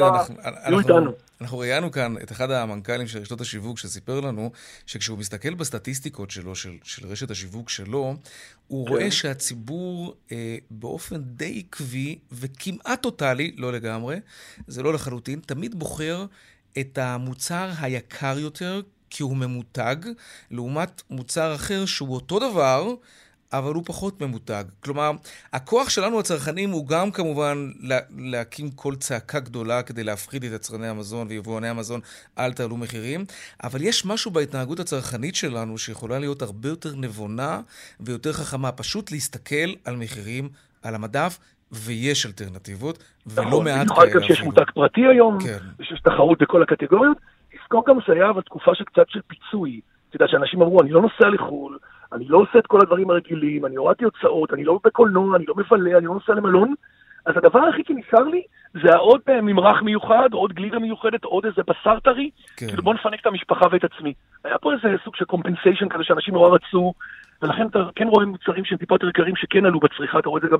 אנחנו ראיינו כאן את אחד המנכ"לים של רשתות השיווק שסיפר לנו, שכשהוא מסתכל בסטטיסטיקות שלו, של רשת השיווק שלו, הוא רואה שהציבור באופן די עקבי וכמעט טוטלי, לא לגמרי, זה לא לחלוטין, תמיד בוחר את המוצר היקר יותר, כי הוא ממותג, לעומת מוצר אחר שהוא אותו דבר, אבל הוא פחות ממותג. כלומר, הכוח שלנו הצרכנים הוא גם כמובן להקים כל צעקה גדולה כדי להפחיד את יצרני המזון ויבואני המזון, אל תעלו מחירים, אבל יש משהו בהתנהגות הצרכנית שלנו שיכולה להיות הרבה יותר נבונה ויותר חכמה, פשוט להסתכל על מחירים על המדף, ויש אלטרנטיבות, ולא מעט כאלה. נכון, שיש מותג פרטי היום, ויש תחרות בכל הקטגוריות, תזכור גם שהיה בתקופה שקצת של פיצוי. אתה יודע, שאנשים אמרו, אני לא נוסע לחול, אני לא עושה את כל הדברים הרגילים, אני הורדתי הוצאות, אני לא בקולנוע, אני לא מבלה, אני לא נוסע למלון. אז הדבר הכי שנשאר לי, זה עוד ממרח מיוחד, עוד גלידה מיוחדת, עוד איזה בשר טרי, כאילו בוא נפנק את המשפחה ואת עצמי. היה פה איזה סוג של קומפנסיישן כזה שאנשים נורא רצו, ולכן אתה כן רואה מוצרים שהם טיפות יקרים שכן עלו בצריכה, אתה רואה את זה גם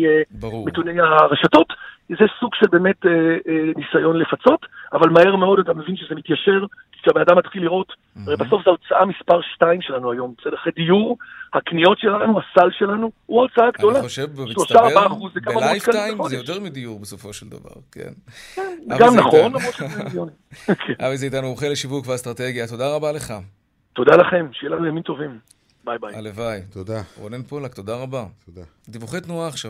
בנתוני הרשתות, זה סוג של באמת ניסיון לפצות, אבל מהר מאוד אתה מבין שזה מתיישר, כשהבן מתחיל לראות, בסוף זה ההוצאה מספר 2 שלנו היום, בסדר, אחרי דיור, הקניות שלנו, הסל שלנו, הוא ההוצאה הגדולה. אני חושב, במצטבר, בלייפטיים זה יותר מדיור בסופו של דבר, כן. גם נכון, למרות שזה מיליונים. אבי זה איתנו, מומחה לשיווק ואסטרטגיה, תודה רבה לך. תודה לכם, שיהיה לנו ימים טובים. ביי ביי. הלוואי. תודה. רונן פולק, תודה רבה. תודה. דיווחי תנועה עכשיו.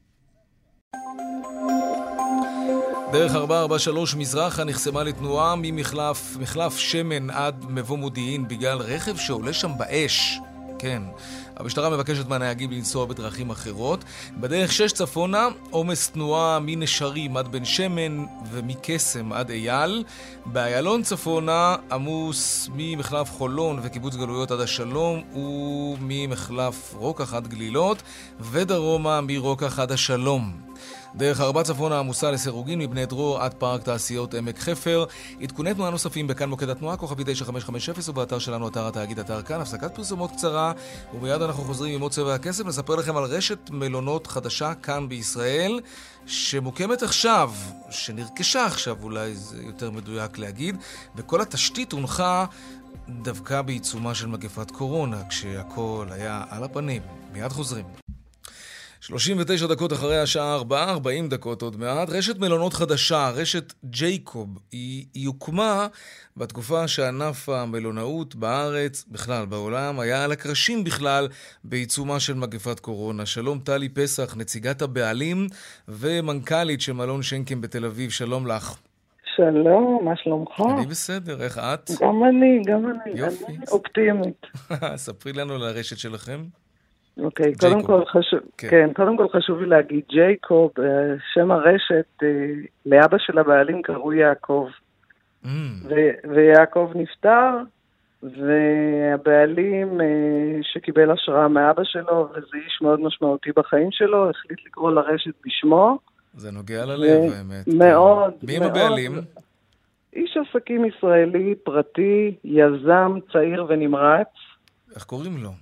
דרך 443 מזרחה נחסמה לתנועה ממחלף שמן עד מבוא מודיעין בגלל רכב שעולה שם באש. כן. המשטרה מבקשת מהנהגים לנסוע בדרכים אחרות. בדרך 6 צפונה, עומס תנועה מנשרים עד בן שמן ומקסם עד אייל. באיילון צפונה, עמוס ממחלף חולון וקיבוץ גלויות עד השלום, וממחלף רוקח עד גלילות, ודרומה מרוקח עד השלום. דרך 4 צפונה עמוסה לסירוגין מבני דרור עד פארק תעשיות עמק חפר. עדכוני תנועה נוספים בכאן מוקד התנועה, כוכבי 9550, ובאתר שלנו, אתר התאגיד, אתר כאן. הפסקת פרסומות קצרה, ומיד אנחנו חוזרים עם עוד צבע הכסף. נספר לכם על רשת מלונות חדשה כאן בישראל, שמוקמת עכשיו, שנרכשה עכשיו, אולי זה יותר מדויק להגיד, וכל התשתית הונחה דווקא בעיצומה של מגפת קורונה, כשהכל היה על הפנים. מיד חוזרים. 39 דקות אחרי השעה 4, 40 דקות עוד מעט. רשת מלונות חדשה, רשת ג'ייקוב, היא הוקמה בתקופה שענף המלונאות בארץ, בכלל בעולם, היה על הקרשים בכלל בעיצומה של מגפת קורונה. שלום טלי פסח, נציגת הבעלים ומנכ"לית של מלון שנקין בתל אביב, שלום לך. שלום, מה שלומך? אני בסדר, איך את? גם אני. יופי. אני אופטימית. ספרי לנו על הרשת שלכם. אוקיי, קודם כל חשוב לי להגיד, ג'ייקוב, שם הרשת, לאבא של הבעלים קראו יעקב. ויעקב נפטר, והבעלים שקיבל השראה מאבא שלו, וזה איש מאוד משמעותי בחיים שלו, החליט לקרוא לרשת בשמו. זה נוגע ללב, האמת. מאוד. מי הם הבעלים? איש עסקים ישראלי, פרטי, יזם, צעיר ונמרץ. איך קוראים לו?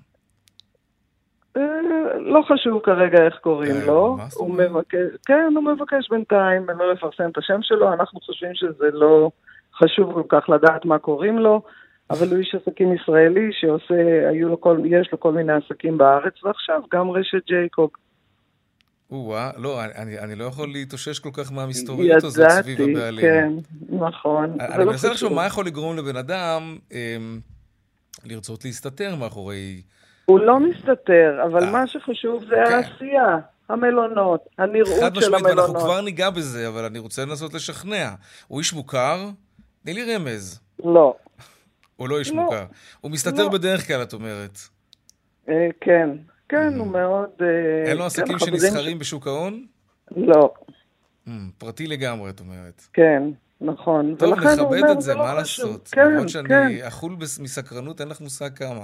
לא חשוב כרגע איך קוראים לו. הוא מבקש בינתיים לא לפרסם את השם שלו. אנחנו חושבים שזה לא חשוב כל כך לדעת מה קוראים לו, אבל הוא איש עסקים ישראלי יש לו כל מיני עסקים בארץ, ועכשיו גם רשת ג'ייקוב. לא, אני לא יכול להתאושש כל כך מהמסתוריות הזאת סביב הבעלים. כן, נכון. אני מנסה לחשוב מה יכול לגרום לבן אדם לרצות להסתתר מאחורי... הוא לא מסתתר, אבל מה שחשוב זה העשייה, המלונות, הנראות של המלונות. חד משמעית, ואנחנו כבר ניגע בזה, אבל אני רוצה לנסות לשכנע. הוא איש מוכר? תני לי רמז. לא. הוא לא איש מוכר. הוא מסתתר בדרך כלל, את אומרת. כן, הוא מאוד... אין לו עסקים שנסחרים בשוק ההון? לא. פרטי לגמרי, את אומרת. כן. נכון. טוב, נכבד את זה, מה לעשות? למרות שאני אכול מסקרנות, אין לך מושג כמה.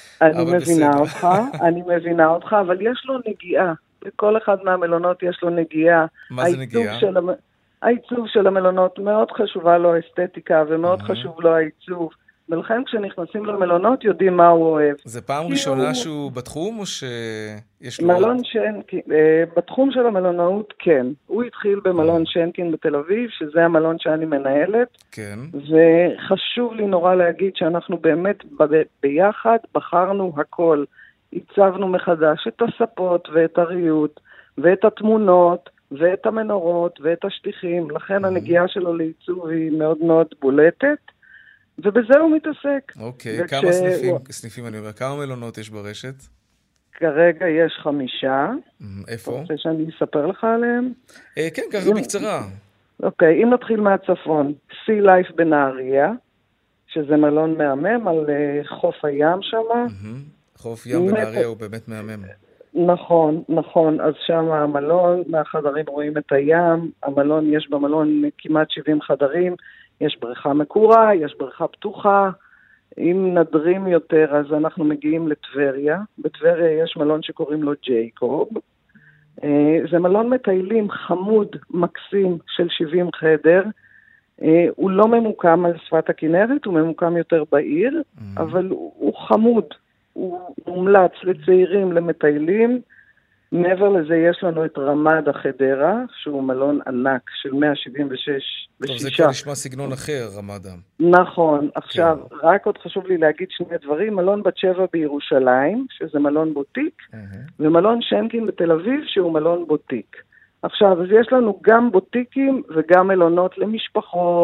אני מבינה אותך, אבל יש לו נגיעה. לכל אחד מהמלונות יש לו נגיעה. מה זה נגיעה? העיצוב של המלונות מאוד חשובה לו האסתטיקה, ומאוד חשוב לו העיצוב. ולכן כשנכנסים למלונות יודעים מה הוא אוהב. זה פעם ראשונה שהוא בתחום או שיש לו... מלון שנקין, בתחום של המלונאות כן. הוא התחיל במלון שנקין בתל אביב, שזה המלון שאני מנהלת. כן. וחשוב לי נורא להגיד שאנחנו באמת ביחד בחרנו הכל. הצבנו מחדש את הספות ואת הריהוט ואת התמונות ואת המנורות ואת השטיחים. לכן הנגיעה שלו לעיצוב היא מאוד מאוד בולטת. ובזה הוא מתעסק. אוקיי, כמה סניפים אני אומר, כמה מלונות יש ברשת? כרגע יש 5. איפה? רוצה שאני אספר לך עליהם? כן, ככה בקצרה. אוקיי, אם נתחיל מהצפון, Sea Life בנהריה, שזה מלון מהמם על חוף הים שם. חוף ים בנהריה הוא באמת מהמם. נכון, אז שם המלון, מהחדרים רואים את הים, יש במלון כמעט 70 חדרים, יש בריכה מקורה, יש בריכה פתוחה. אם נדרים יותר, אז אנחנו מגיעים לטבריה. בטבריה יש מלון שקוראים לו ג'ייקוב. זה מלון מטיילים חמוד, מקסים, של 70 חדר. הוא לא ממוקם על שפת הכנרת, הוא ממוקם יותר בעיר, אבל הוא חמוד. הוא מומלץ לצעירים, למטיילים. מעבר לזה יש לנו את רמדה חדרה, שהוא מלון ענק של 176 טוב, זה כבר נשמע סגנון אחר, רמדה. נכון. עכשיו, רק עוד חשוב לי להגיד שני דברים. מלון בת שבע בירושלים, שזה מלון בוטיק, ומלון שנקין בתל אביב, שהוא מלון בוטיק. עכשיו, אז יש לנו גם בוטיקים וגם מלונות למשפחות,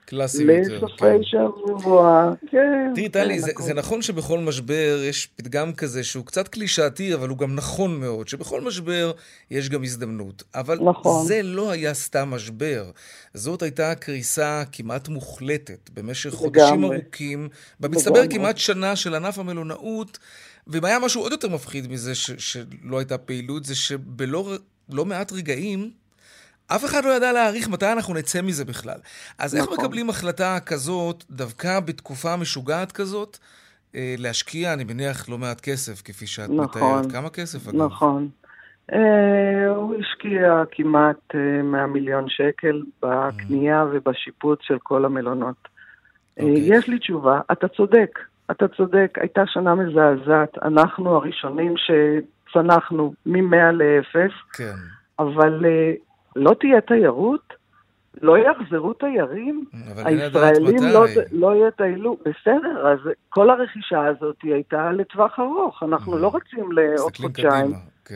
קלאסי יותר. לסופי שבוע, כן. תראי, טלי, זה נכון שבכל משבר יש פתגם כזה שהוא קצת קלישאתי, אבל הוא גם נכון מאוד, שבכל משבר יש גם הזדמנות. אבל זה לא היה סתם משבר. זאת הייתה קריסה כמעט מוחלטת במשך חודשים ארוכים, במצטבר כמעט שנה של ענף המלונאות, ואם היה משהו עוד יותר מפחיד מזה שלא הייתה פעילות, זה שבלא מעט רגעים, אף אחד לא ידע להעריך מתי אנחנו נצא מזה בכלל. אז איך מקבלים החלטה כזאת, דווקא בתקופה משוגעת כזאת, להשקיע, אני מניח, לא מעט כסף, כפי שאת מתארת. כמה כסף, אגב? נכון. הוא השקיע כמעט 100 מיליון שקל בקנייה ובשיפוץ של כל המלונות. יש לי תשובה, אתה צודק, הייתה שנה מזעזעת. אנחנו הראשונים שצנחנו מ-100 ל-0, אבל לא תהיה תיירות, לא יחזרו תיירים, הישראלים לא יטיילו, בסדר, אז כל הרכישה הזאת הייתה לטווח ארוך, אנחנו לא רצים לעוד חודשיים.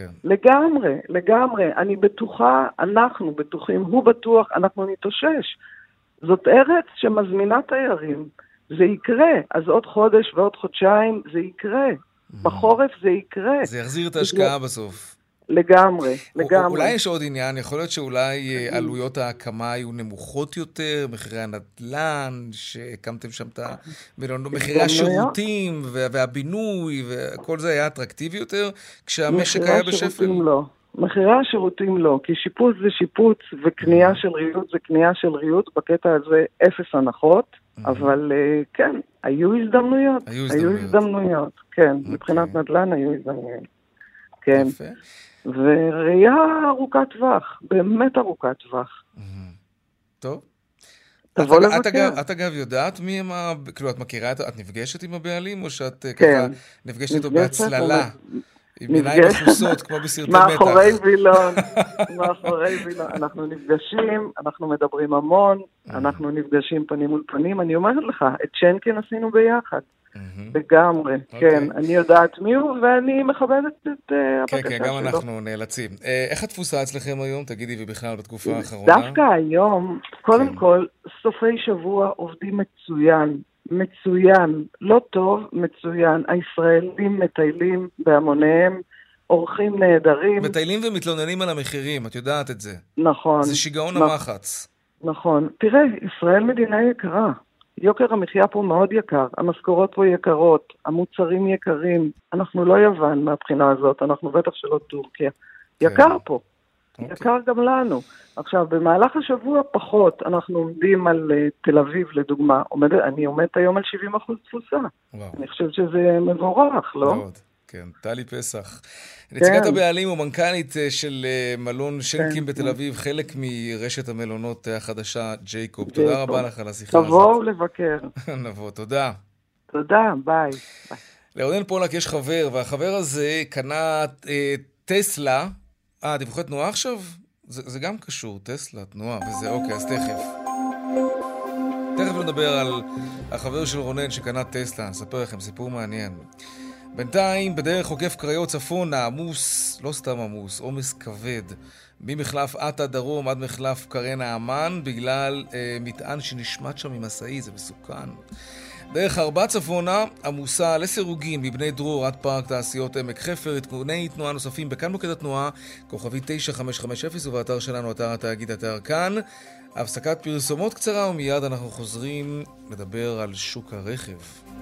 לגמרי, אני בטוחה, אנחנו בטוחים, הוא בטוח, אנחנו נתאושש. זאת ארץ שמזמינה תיירים, זה יקרה, אז עוד חודש ועוד חודשיים זה יקרה, בחורף זה יקרה. זה יחזיר את ההשקעה בסוף. לגמרי. אולי יש עוד עניין, יכול להיות שאולי עלויות ההקמה היו נמוכות יותר, מחירי הנדל"ן, שהקמתם שם את מחירי השירותים והבינוי, וכל זה היה אטרקטיבי יותר, כשהמשק היה בשפל? מחירי השירותים לא, כי שיפוץ זה שיפוץ, וקנייה של ריהוט זה קנייה של ריהוט, בקטע הזה 0 הנחות, אבל כן, היו הזדמנויות, כן, מבחינת נדל"ן היו הזדמנויות. כן. וראייה ארוכת טווח, באמת ארוכת טווח. טוב. תבוא לבקר. את אגב יודעת מי הם, כאילו את מכירה, את נפגשת עם הבעלים, או שאת ככה נפגשת איתו בהצללה? עם עיניים מחוסות, כמו בסרטי מתח. מאחורי וילון. אנחנו נפגשים, אנחנו מדברים המון, אנחנו נפגשים פנים מול פנים. אני אומרת לך, את צ'נקין עשינו ביחד. לגמרי, כן. אני יודעת מי הוא, ואני מכבדת את הבקשה שלו. כן, גם אנחנו נאלצים. איך התפוסה אצלכם היום? תגידי, ובכלל בתקופה האחרונה? דווקא היום, קודם כל, סופי שבוע עובדים מצוין, לא טוב, מצוין. הישראלים מטיילים בהמוניהם, אורחים נהדרים. מטיילים ומתלוננים על המחירים, את יודעת את זה. נכון. זה שיגעון המחץ. נכון. תראה, ישראל מדינה יקרה. יוקר המחיה פה מאוד יקר, המשכורות פה יקרות, המוצרים יקרים, אנחנו לא יוון מהבחינה הזאת, אנחנו בטח שלא טורקיה. יקר פה, יקר גם לנו. עכשיו, במהלך השבוע פחות, אנחנו עומדים על תל אביב לדוגמה, אני עומדת היום על 70% תפוסה. אני חושב שזה מבורך, לא? מאוד, כן, טלי פסח. נציגת הבעלים ומנכ"לית של מלון שנקין בתל אביב, חלק מרשת המלונות החדשה ג'ייקוב. תודה רבה לך על השיחה הזאת. תבואו לבקר. נבוא, תודה. תודה, ביי. לרונן פולק יש חבר, והחבר הזה קנה טסלה. דיווחי תנועה עכשיו? זה גם קשור, טסלה, תנועה, וזה אוקיי, אז תכף נדבר על החבר של רונן שקנה טסלה, נספר לכם סיפור מעניין. בינתיים, בדרך עוקף קריות צפונה, עמוס, לא סתם עמוס, עומס כבד, ממחלף עטה דרום עד מחלף קרן האמן, בגלל מטען שנשמט שם ממסעי, זה מסוכן. דרך 4 צפונה, עמוסה לסירוגין מבני דרור עד פארק תעשיות עמק חפר, עדכוני תנועה נוספים בכאן מוקד התנועה, כוכבי 9550, ובאתר שלנו, אתר התאגיד, אתר כאן. הפסקת פרסומות קצרה, ומיד אנחנו חוזרים לדבר על שוק הרכב.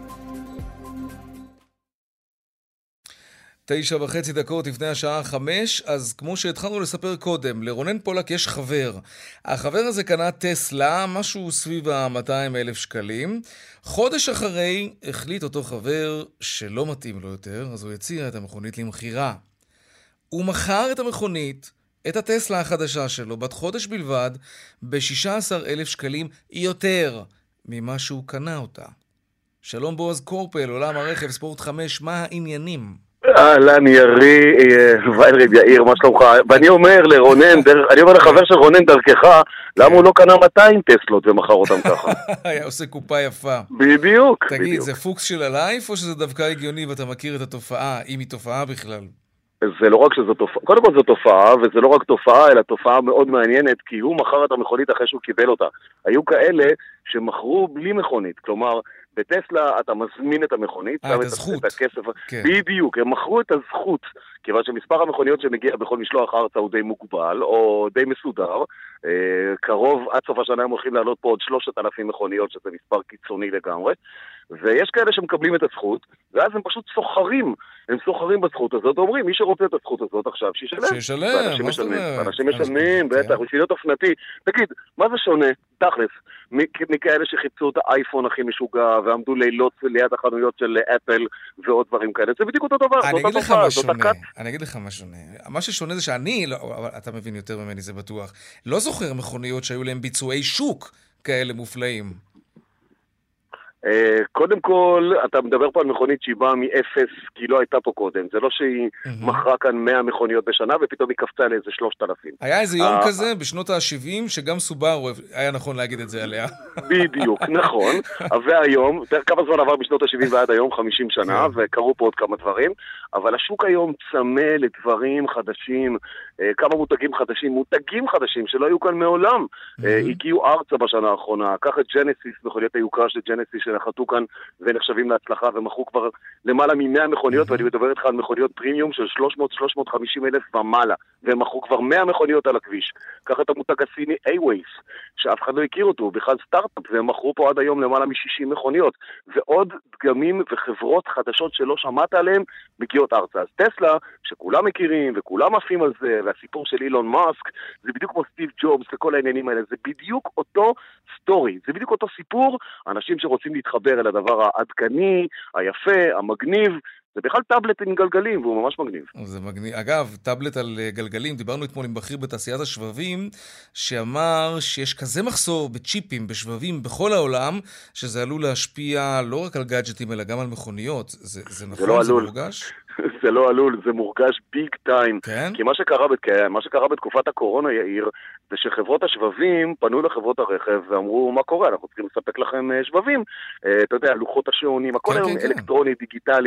9:30 לפני השעה 5, אז כמו שהתחלנו לספר קודם, לרונן פולק יש חבר. החבר הזה קנה טסלה, משהו סביב ה-200,000 שקלים. חודש אחרי החליט אותו חבר שלא מתאים לו יותר, אז הוא הציע את המכונית למחירה. הוא מכר את המכונית, את הטסלה החדשה שלו, בת חודש בלבד, ב-16,000 שקלים יותר ממה שהוא קנה אותה. שלום בועז קורפל, עולם הרכב, ספורט 5, מה העניינים? אהלן ירי, ויינרב יאיר, מה שלומך? ואני אומר לרונן, אני אומר לחבר של רונן דרכך, למה הוא לא קנה 200 טסלות ומכר אותם ככה? היה עושה קופה יפה. בדיוק. תגיד, זה פוקס של הלייף או שזה דווקא הגיוני ואתה מכיר את התופעה, אם היא תופעה בכלל? זה לא רק שזו תופעה, קודם כל זו תופעה, וזה לא רק תופעה, אלא תופעה מאוד מעניינת, כי הוא מכר את המכונית אחרי שהוא קיבל אותה. היו כאלה שמכרו בלי מכונית, כלומר, בטסלה אתה מזמין את המכונית, את הזכות. את הכסף, כן. בדיוק, הם מכרו את הזכות, כיוון שמספר המכוניות שמגיע בכל משלוח ארצה הוא די מוגבל, או די מסודר, קרוב, עד סוף השנה הם הולכים לעלות פה עוד 3,000 מכוניות, שזה מספר קיצוני לגמרי, ויש כאלה שמקבלים את הזכות, ואז הם פשוט סוחרים בזכות הזאת, אומרים, מי שרוצה את הזכות הזאת עכשיו, שישלם. אנשים משלמים, בטח, בשביל להיות אופנתי. תגיד, מה זה שונה, תכלס, מכאלה שחיפשו את האייפון הכי משוגע, ועמדו לילות ליד החנויות של אפל, ועוד דברים כאלה. זה בדיוק אותו דבר, אני אגיד לך מה שונה. מה ששונה זה שאני, אתה מבין יותר ממני, זה בטוח, לא זוכר מכוניות שהיו להם ביצועי שוק כאלה מופלאים. קודם כל, אתה מדבר פה על מכונית שהיא באה מ-0, כי לא הייתה פה קודם. זה לא שהיא מכרה כאן 100 מכוניות בשנה, ופתאום היא קפצה לאיזה 3,000. היה איזה יום כזה בשנות ה-70, שגם סובארו היה נכון להגיד את זה עליה. בדיוק, נכון. והיום, כמה זמן עבר בשנות ה-70 ועד היום? 50 שנה, וקרו פה עוד כמה דברים. אבל השוק היום צמא לדברים חדשים, כמה מותגים חדשים שלא היו כאן מעולם. הגיעו ארצה בשנה האחרונה, קח את ג'נסיס, מכוניות היוקרה של ג'נסיס שנחתו כאן ונחשבים להצלחה ומכרו כבר למעלה מ-100 מכוניות, ואני מדבר איתך על מכוניות פרימיום של 300-350 אלף ומעלה, והם מכרו כבר 100 מכוניות על הכביש. קח את המותג הסיני A-Ways, שאף אחד לא הכיר אותו, בכלל סטארט-אפ, והם מכרו פה עד היום למעלה מ-60 מכוניות, ועוד דגמים וחברות חדשות שלא שמעת עליהם מגיעות ארצה. אז טסלה, שכולם מכירים וכולם עפים על זה, והסיפור של אילון מאסק, זה בדיוק כמו סטיב ג'ובס וכל העניינים האלה, זה בדיוק אותו סטורי, זה בדיוק אותו סיפור, אנשים שרוצים להתחבר אל הדבר העדכני, היפה, המגניב, זה בכלל טאבלט עם גלגלים, והוא ממש מגניב. זה מגניב. אגב, טאבלט על גלגלים, דיברנו אתמול עם בכיר בתעשיית השבבים, שאמר שיש כזה מחסור בצ'יפים, בשבבים, בכל העולם, שזה עלול להשפיע לא רק על גאדג'טים, אלא גם על מכוניות. זה נכון? זה מורגש? זה לא עלול, זה מורגש ביג טיים. כן? כי מה שקרה בתקופת הקורונה, יאיר, זה שחברות השבבים פנו לחברות הרכב ואמרו, מה קורה? אנחנו צריכים לספק לכם שבבים. אתה יודע, לוחות השעונים, הכל היום אלקטרוני, דיגיטלי.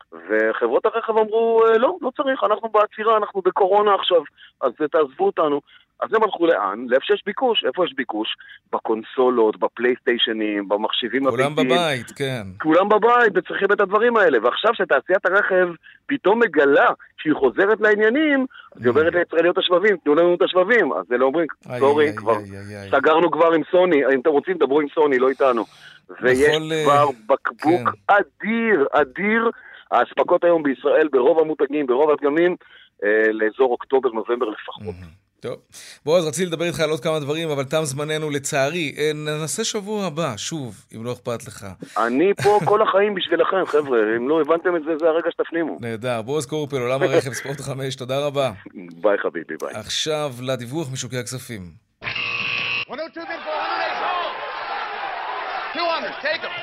וחברות הרכב אמרו, לא צריך, אנחנו בעצירה, אנחנו בקורונה עכשיו, אז תעזבו אותנו. אז הם הלכו לאן? לאיפה שיש ביקוש. איפה יש ביקוש? בקונסולות, בפלייסטיישנים, במחשבים הביתיים. כולם בבית, כן. כולם בבית, וצריכים את הדברים האלה. ועכשיו שתעשיית הרכב פתאום מגלה שהיא חוזרת לעניינים, אז היא אומרת ליצרניות השבבים, תנו לנו את השבבים. אז אלה אומרים, סורי, כבר סגרנו כבר עם סוני, אם אתם רוצים, דברו עם סוני, לא איתנו. ויש כבר בקבוק אדיר, ההספקות היום בישראל, ברוב המותגים, ברוב הדגמים, לאזור אוקטובר, נובמבר לפחות. טוב. בוא, אז רציתי לדבר איתך על עוד כמה דברים, אבל תם זמננו לצערי. ננסה שבוע הבא, שוב, אם לא אכפת לך. אני פה כל החיים בשבילכם, חבר'ה. אם לא הבנתם את זה, זה הרגע שתפנימו. נהדר. בועז קורפל, עולם הרכב, ספורט 5, תודה רבה. ביי חביבי, ביי. עכשיו לדיווח משוקי הכספים. 102 200, take them.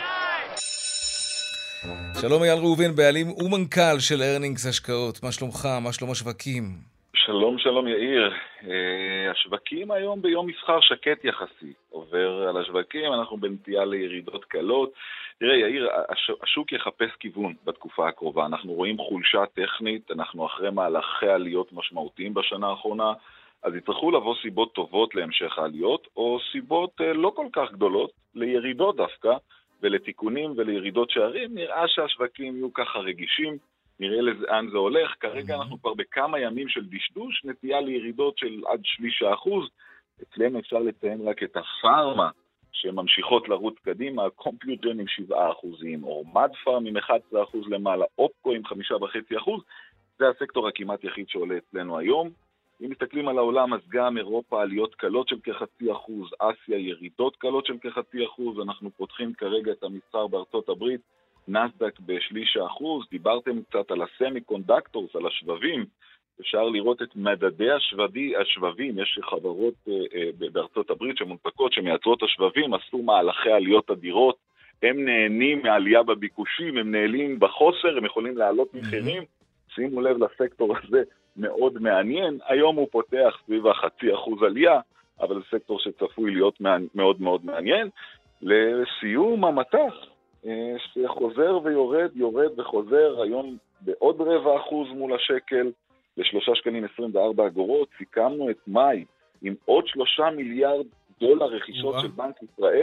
שלום אייל ראובן, בעלים ומנכ"ל של ארנינגס השקעות. מה שלומך? מה שלום השווקים? שלום יאיר. השווקים היום ביום מסחר שקט יחסי. עובר על השווקים, אנחנו בנטייה לירידות קלות. תראה יאיר, השוק יחפש כיוון בתקופה הקרובה. אנחנו רואים חולשה טכנית, אנחנו אחרי מהלכי עליות משמעותיים בשנה האחרונה, אז יצטרכו לבוא סיבות טובות להמשך העליות, או סיבות לא כל כך גדולות, לירידות דווקא, ולתיקונים ולירידות שערים. נראה שהשווקים יהיו ככה רגישים, נראה לאן זה הולך. כרגע אנחנו כבר בכמה ימים של דשדוש, נטייה לירידות של עד 0.3%. אצלנו אפשר לציין רק את הפארמה, שממשיכות לרוץ קדימה, קומפיוטג'ן עם 7%, אורמד פארם עם 11% למעלה, אופקו עם 5.5%. זה הסקטור הכמעט יחיד שעולה אצלנו היום. אם מסתכלים על העולם, אז גם אירופה עליות קלות של כ0.5%, אסיה ירידות קלות של כ0.5%, אנחנו פותחים כרגע את המסחר בארצות הברית, נסדק ב0.3%, דיברתם קצת על הסמי-קונדקטורס, על השבבים, אפשר לראות את מדדי השבבים, יש חברות בארצות הברית שמונפקות שמייצרות השבבים, עשו מהלכי עליות אדירות, הם נהנים מעלייה בביקושים, הם נהנים בחוסר, הם יכולים לעלות מחירים, שימו לב לסקטור הזה, מאוד מעניין. היום הוא פותח סביב 0.5% עלייה, אבל זה סקטור שצפוי להיות מאוד מאוד מעניין. לסיום המתח, שחוזר ויורד, יורד וחוזר, היום בעוד 0.25% מול השקל, ל$3.24. סיכמנו את מאי עם עוד $3 מיליארד רכישות של בנק ישראל,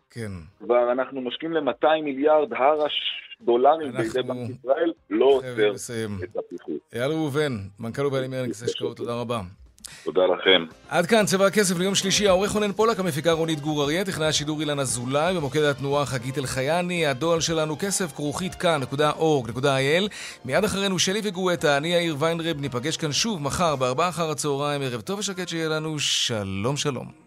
כן. כבר אנחנו משקיעים ל-200 מיליארד דולרים בידי בנק ישראל, לא עוצר את הפיחות. אייל ראובן, מנכ"ל ובעלים מקס השקעות, תודה רבה. תודה לכם. עד כאן צבע הכסף ליום שלישי, העורך רונן פולק, המפיקה רונית גור אריה, טכנאי השידור אילן אזולאי, במוקד התנועה חגית אלחייני, הדואל שלנו כסף@כאן.org.il. מיד אחרינו שלי וגואטה, אני יאיר ויינרב, ניפגש כאן שוב מחר ב4 אחר הצהריים, ערב טוב ושקט שיהיה לנו, שלום שלום.